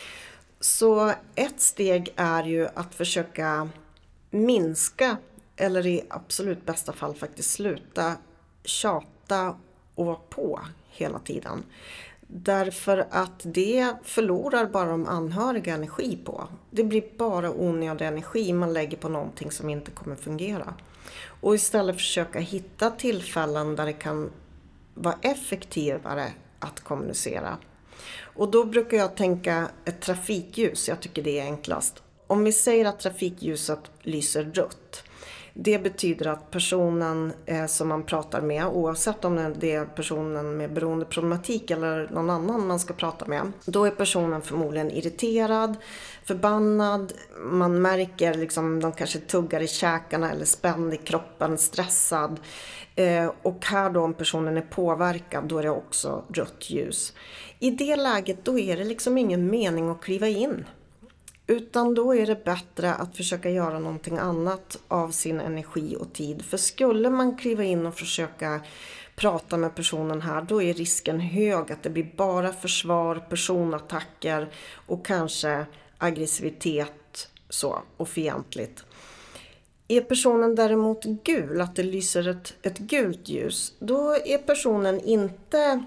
Så ett steg är ju att försöka minska, eller i absolut bästa fall faktiskt sluta tjata och på hela tiden. Därför att det förlorar bara de anhöriga energi på. Det blir bara onödig energi man lägger på någonting som inte kommer fungera. Och istället försöka hitta tillfällen där det kan vara effektivare att kommunicera. Och då brukar jag tänka ett trafikljus, jag tycker det är enklast. Om vi säger att trafikljuset lyser rött, det betyder att personen eh, som man pratar med, oavsett om det är personen med beroendeproblematik eller någon annan man ska prata med, då är personen förmodligen irriterad, förbannad, man märker liksom de kanske tuggar i käkarna eller spänd i kroppen, stressad. Eh, och här då om personen är påverkad, då är det också rött ljus. I det läget då är det liksom ingen mening att kliva in. Utan då är det bättre att försöka göra någonting annat av sin energi och tid. För skulle man kliva in och försöka prata med personen här, då är risken hög att det blir bara försvar, personattacker och kanske aggressivitet så, och fientligt. Är personen däremot gul, att det lyser ett, ett gult ljus, då är personen inte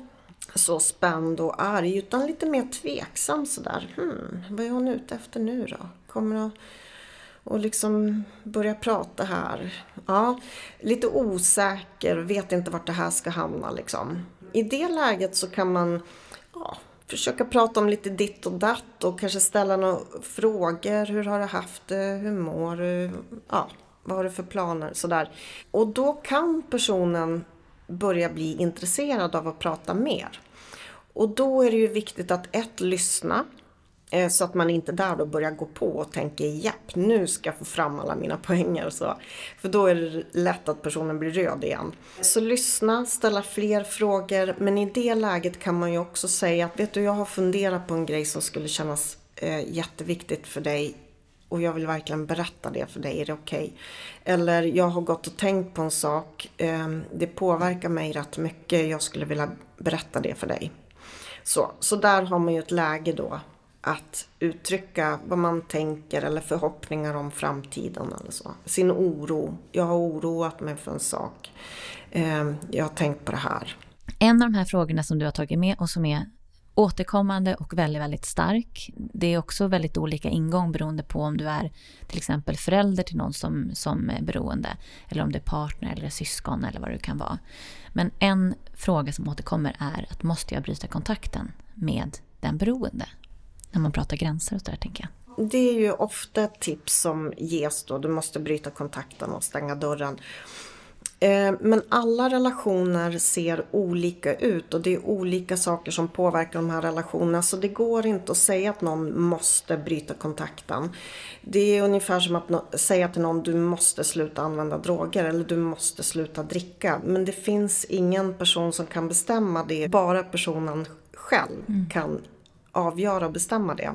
så spänd och arg, utan lite mer tveksam sådär. Hmm, vad är hon ute efter nu då? Kommer att och liksom börja prata här. Ja, lite osäker, vet inte vart det här ska hamna liksom. I det läget så kan man ja, försöka prata om lite ditt och datt och kanske ställa några frågor. Hur har du haft det? Hur mår du? Ja, vad har du för planer? Sådär. Och då kan personen börja bli intresserad av att prata mer. Och då är det ju viktigt att ett, lyssna. Så att man inte där då börjar gå på och tänker, japp, nu ska jag få fram alla mina poänger och så. För då är det lätt att personen blir röd igen. Så lyssna, ställa fler frågor. Men i det läget kan man ju också säga att, vet du, jag har funderat på en grej som skulle kännas eh, jätteviktigt för dig. Och jag vill verkligen berätta det för dig, är det okej? Okay? Eller jag har gått och tänkt på en sak. Eh, det påverkar mig rätt mycket, jag skulle vilja berätta det för dig. Så, så där har man ju ett läge då. Att uttrycka vad man tänker eller förhoppningar om framtiden eller så. Sin oro. Jag har oroat mig för en sak. Eh, jag har tänkt på det här. En av de här frågorna som du har tagit med och som är återkommande och väldigt, väldigt stark. Det är också väldigt olika ingång beroende på om du är till exempel förälder till någon som, som är beroende. Eller om det är partner eller syskon eller vad det kan vara. Men en fråga som återkommer är att måste jag bryta kontakten med den beroende? När man pratar gränser och så där, tänker jag. Det är ju ofta ett tips som ges då. Du måste bryta kontakten och stänga dörren. Men alla relationer ser olika ut och det är olika saker som påverkar de här relationerna. Så det går inte att säga att någon måste bryta kontakten. Det är ungefär som att säga till någon, du måste sluta använda droger eller du måste sluta dricka. Men det finns ingen person som kan bestämma det. Bara personen själv mm. kan avgöra och bestämma det.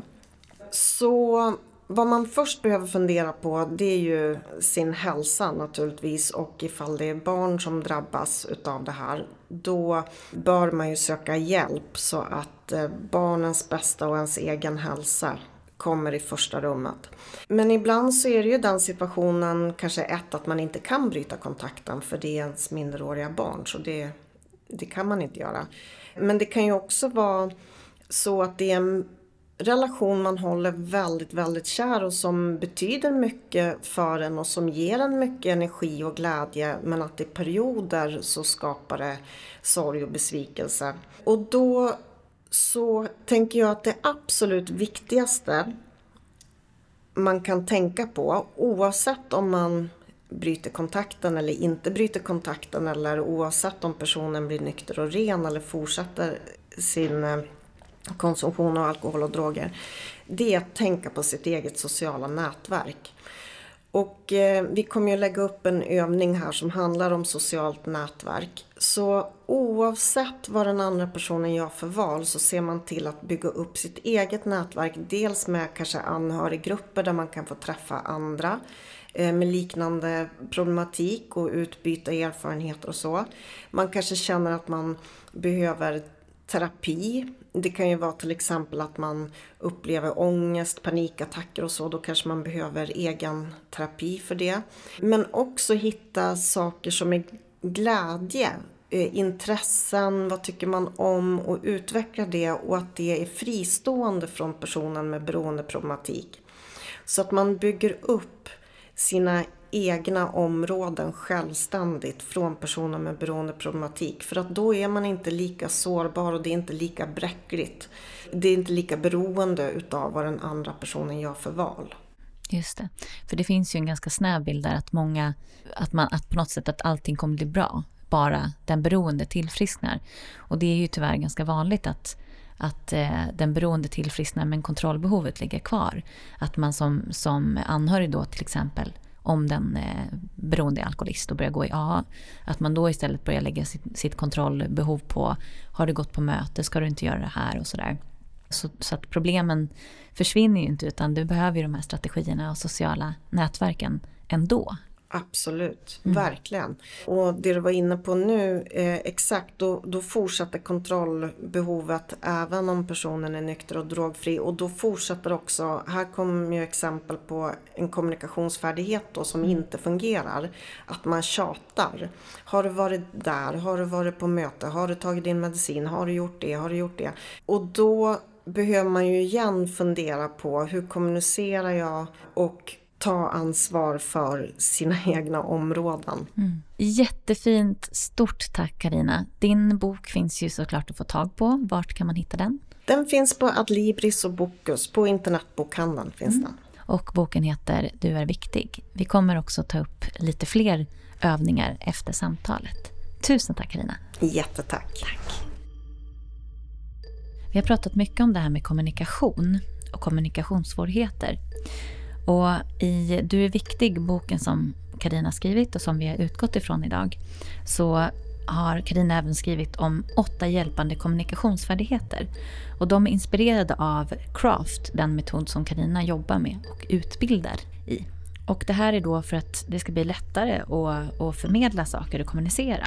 Så vad man först behöver fundera på, det är ju sin hälsa naturligtvis, och ifall det är barn som drabbas utav det här, då bör man ju söka hjälp så att barnens bästa och ens egen hälsa kommer i första rummet. Men ibland så är det ju den situationen, kanske ett, att man inte kan bryta kontakten för det är ens minderåriga barn, så det, det kan man inte göra. Men det kan ju också vara så att det är en relation man håller väldigt, väldigt kär och som betyder mycket för en och som ger en mycket energi och glädje, men att i perioder så skapar det sorg och besvikelse. Och då så tänker jag att det absolut viktigaste man kan tänka på, oavsett om man bryter kontakten eller inte bryter kontakten, eller oavsett om personen blir nykter och ren eller fortsätter sin konsumtion av alkohol och droger, det är att tänka på sitt eget sociala nätverk. Och eh, vi kommer ju lägga upp en övning här som handlar om socialt nätverk. Så oavsett vad den andra personen gör för val så ser man till att bygga upp sitt eget nätverk. Dels med kanske anhöriggrupper där man kan få träffa andra eh, med liknande problematik och utbyta erfarenheter och så. Man kanske känner att man behöver terapi. Det kan ju vara till exempel att man upplever ångest, panikattacker och så. Då kanske man behöver egen terapi för det. Men också hitta saker som är glädje, intressen, vad tycker man om, och utveckla det, och att det är fristående från personen med beroendeproblematik. Så att man bygger upp sina egna områden självständigt från personer med beroendeproblematik. För att då är man inte lika sårbar och det är inte lika bräckligt. Det är inte lika beroende utav vad den andra personen gör för val. Just det. För det finns ju en ganska snäv bild där att många, att man, att på något sätt att allting kommer bli bra. Bara den beroende tillfrisknar. Och det är ju tyvärr ganska vanligt att att eh, den beroende tillfrisknar men kontrollbehovet ligger kvar. Att man som, som anhörig då till exempel, om den eh, beroende är alkoholist och börjar gå i A A, att man då istället börjar lägga sitt, sitt kontrollbehov på, har du gått på möte, ska du inte göra det här och sådär. Så, så att problemen försvinner ju inte, utan du behöver ju de här strategierna och sociala nätverken ändå. Absolut, mm. verkligen. Och det du var inne på nu, eh, exakt, då, då fortsätter kontrollbehovet även om personen är nykter och drogfri. Och då fortsätter också, här kommer ju exempel på en kommunikationsfärdighet då som mm. inte fungerar. Att man tjatar. Har du varit där? Har du varit på möte? Har du tagit din medicin? Har du gjort det? Har du gjort det? Och då behöver man ju igen fundera på hur kommunicerar jag och ta ansvar för sina egna områden. Mm. Jättefint. Stort tack Carina. Din bok finns ju såklart att få tag på. Vart kan man hitta den? Den finns på Adlibris och Bokus. På internetbokhandeln finns mm. den. Och boken heter Du är viktig. Vi kommer också ta upp lite fler övningar efter samtalet. Tusen tack Carina. Jättetack. Tack. Vi har pratat mycket om det här med kommunikation och kommunikationssvårigheter. Och i Du är viktig, boken som Carina skrivit och som vi har utgått ifrån idag, så har Carina även skrivit om åtta hjälpande kommunikationsfärdigheter. Och de är inspirerade av Craft, den metod som Carina jobbar med och utbildar i. Och det här är då för att det ska bli lättare att, att förmedla saker och kommunicera.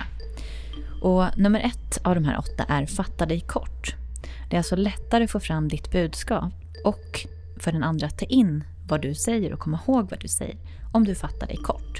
Och nummer ett av de här åtta är fatta dig kort. Det är alltså lättare att få fram ditt budskap och för den andra att ta in vad du säger och komma ihåg vad du säger om du fattar dig kort.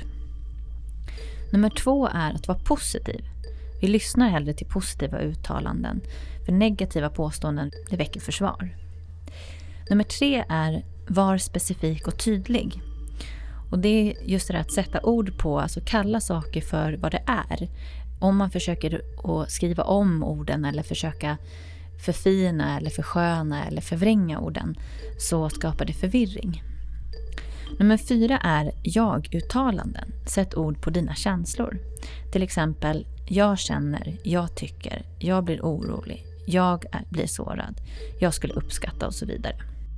Nummer två är att vara positiv. Vi lyssnar hellre till positiva uttalanden, för negativa påståenden det väcker försvar. Nummer tre är var specifik och tydlig. Och det är just det där att sätta ord på, alltså kalla saker för vad det är. Om man försöker att skriva om orden eller försöka förfina eller försköna eller förvränga orden, så skapar det förvirring. Nummer fyra är jag-uttalanden. Sätt ord på dina känslor. Till exempel, jag känner, jag tycker, jag blir orolig, jag är, blir sårad, jag skulle uppskatta och så vidare.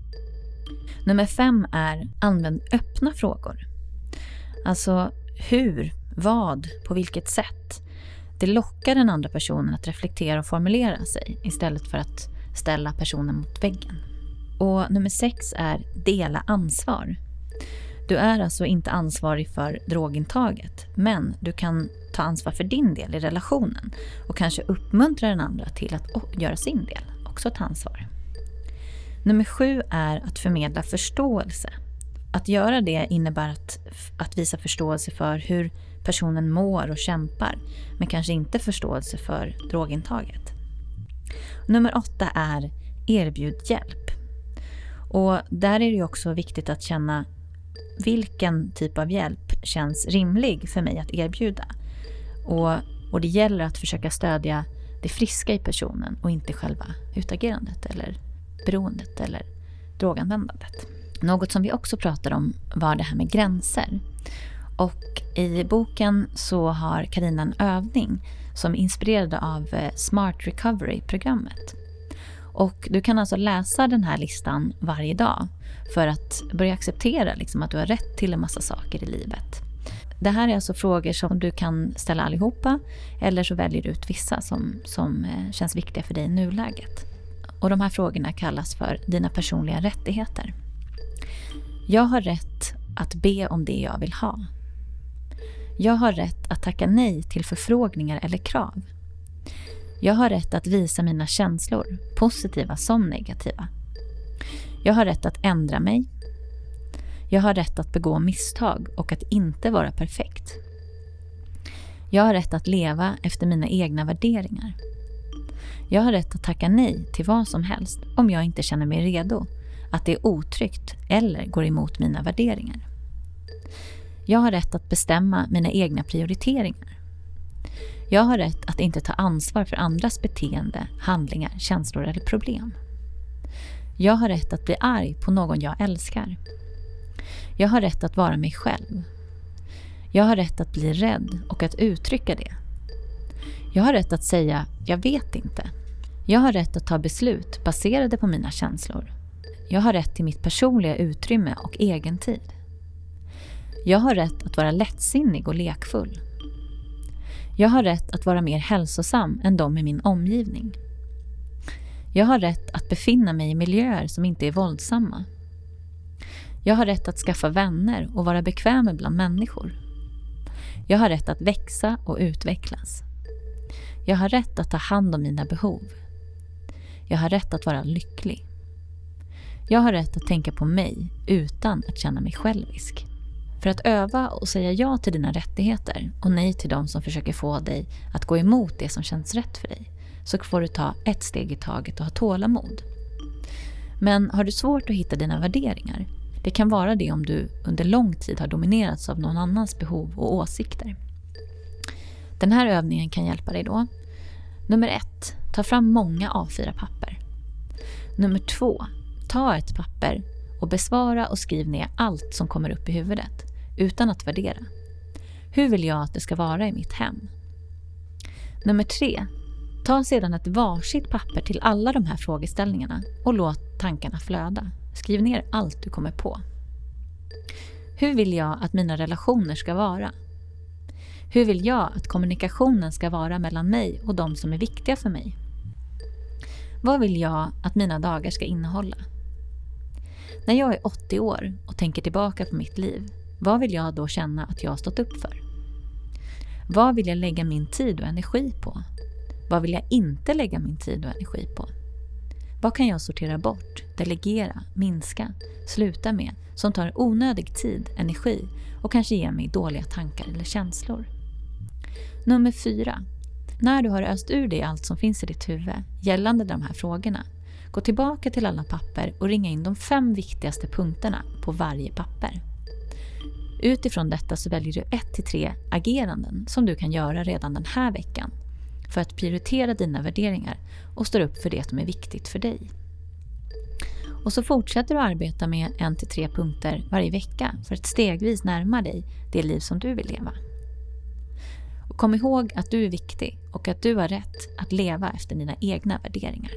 Nummer fem är använd öppna frågor. Alltså hur, vad, på vilket sätt. Det lockar den andra personen att reflektera och formulera sig istället för att ställa personen mot väggen. Och nummer sex är dela ansvar. Du är alltså inte ansvarig för drogintaget, men du kan ta ansvar för din del i relationen och kanske uppmuntra den andra till att göra sin del, också ta ansvar. Nummer sju är att förmedla förståelse. Att göra det innebär att, att visa förståelse för hur personen mår och kämpar, men kanske inte förståelse för drogintaget. Nummer åtta är erbjud hjälp. Och där är det ju också viktigt att känna vilken typ av hjälp känns rimlig för mig att erbjuda. Och, och det gäller att försöka stödja det friska i personen och inte själva utagerandet eller beroendet eller droganvändandet. Något som vi också pratar om var det här med gränser. Och i boken så har Carina en övning som är inspirerad av Smart Recovery-programmet. Och du kan alltså läsa den här listan varje dag för att börja acceptera liksom, att du har rätt till en massa saker i livet. Det här är alltså frågor som du kan ställa allihopa, eller så väljer du ut vissa som, som känns viktiga för dig i nuläget. Och de här frågorna kallas för dina personliga rättigheter. Jag har rätt att be om det jag vill ha. Jag har rätt att tacka nej till förfrågningar eller krav. Jag har rätt att visa mina känslor, positiva som negativa. Jag har rätt att ändra mig. Jag har rätt att begå misstag och att inte vara perfekt. Jag har rätt att leva efter mina egna värderingar. Jag har rätt att tacka nej till vad som helst om jag inte känner mig redo, att det är otryggt eller går emot mina värderingar. Jag har rätt att bestämma mina egna prioriteringar. Jag har rätt att inte ta ansvar för andras beteende, handlingar, känslor eller problem. Jag har rätt att bli arg på någon jag älskar. Jag har rätt att vara mig själv. Jag har rätt att bli rädd och att uttrycka det. Jag har rätt att säga, jag vet inte. Jag har rätt att ta beslut baserade på mina känslor. Jag har rätt till mitt personliga utrymme och egen tid. Jag har rätt att vara lättsinnig och lekfull. Jag har rätt att vara mer hälsosam än de i min omgivning. Jag har rätt att befinna mig i miljöer som inte är våldsamma. Jag har rätt att skaffa vänner och vara bekväm bland människor. Jag har rätt att växa och utvecklas. Jag har rätt att ta hand om mina behov. Jag har rätt att vara lycklig. Jag har rätt att tänka på mig utan att känna mig självisk. För att öva och säga ja till dina rättigheter och nej till de som försöker få dig att gå emot det som känns rätt för dig, så får du ta ett steg i taget och ha tålamod. Men har du svårt att hitta dina värderingar? Det kan vara det om du under lång tid har dominerats av någon annans behov och åsikter. Den här övningen kan hjälpa dig då. Nummer ett, ta fram många A fyra papper. Nummer två, ta ett papper och besvara och skriv ner allt som kommer upp i huvudet utan att värdera. Hur vill jag att det ska vara i mitt hem? Nummer tre, ta sedan ett varsitt papper till alla de här frågeställningarna och låt tankarna flöda. Skriv ner allt du kommer på. Hur vill jag att mina relationer ska vara? Hur vill jag att kommunikationen ska vara mellan mig och de som är viktiga för mig? Vad vill jag att mina dagar ska innehålla? När jag är åttio år och tänker tillbaka på mitt liv, vad vill jag då känna att jag har stått upp för? Vad vill jag lägga min tid och energi på? Vad vill jag inte lägga min tid och energi på? Vad kan jag sortera bort, delegera, minska, sluta med som tar onödig tid, energi och kanske ger mig dåliga tankar eller känslor? Nummer fyra. När du har öst ur dig allt som finns i ditt huvud gällande de här frågorna, gå tillbaka till alla papper och ringa in de fem viktigaste punkterna på varje papper. Utifrån detta så väljer du ett till tre ageranden som du kan göra redan den här veckan för att prioritera dina värderingar och stå upp för det som är viktigt för dig. Och så fortsätter du arbeta med en till tre punkter varje vecka för att stegvis närma dig det liv som du vill leva. Och kom ihåg att du är viktig och att du har rätt att leva efter dina egna värderingar.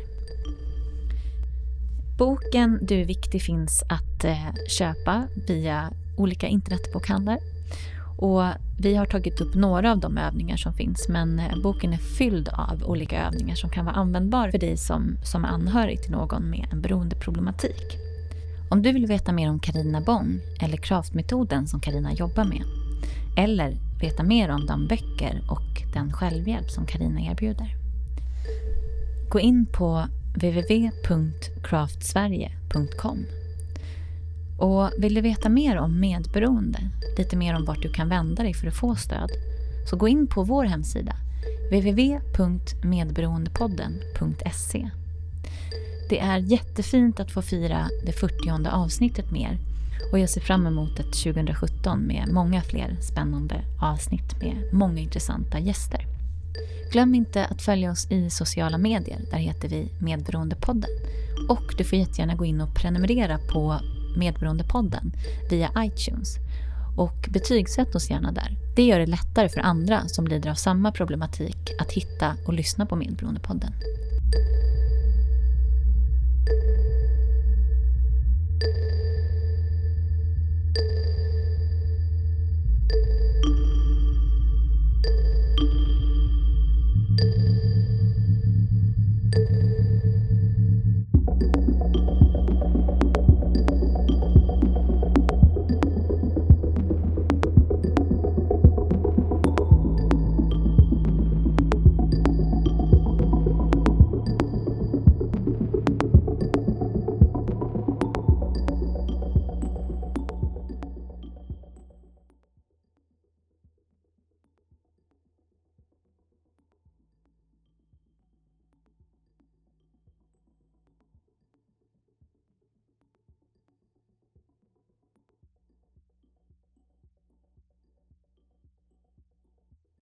Boken Du är viktig finns att eh, köpa via olika internetbokhandlar. Och vi har tagit upp några av de övningar som finns, men boken är fylld av olika övningar som kan vara användbara för dig som, som är anhörig till någon med en beroendeproblematik. Om du vill veta mer om Carina Bong eller kraftmetoden som Carina jobbar med, eller veta mer om de böcker och den självhjälp som Carina erbjuder, gå in på w w w punkt craftsverige punkt com. Och vill du veta mer om medberoende, lite mer om vart du kan vända dig för att få stöd, så gå in på vår hemsida w w w punkt medberoendepodden punkt se. Det är jättefint att få fira det fyrtionde avsnittet med er och jag ser fram emot ett tjugohundrasjutton med många fler spännande avsnitt med många intressanta gäster. Glöm inte att följa oss i sociala medier, där heter vi Medberoendepodden. Och du får jättegärna gå in och prenumerera på Medberoendepodden via iTunes och betygsätt oss gärna där. Det gör det lättare för andra som lider av samma problematik att hitta och lyssna på Medberoendepodden.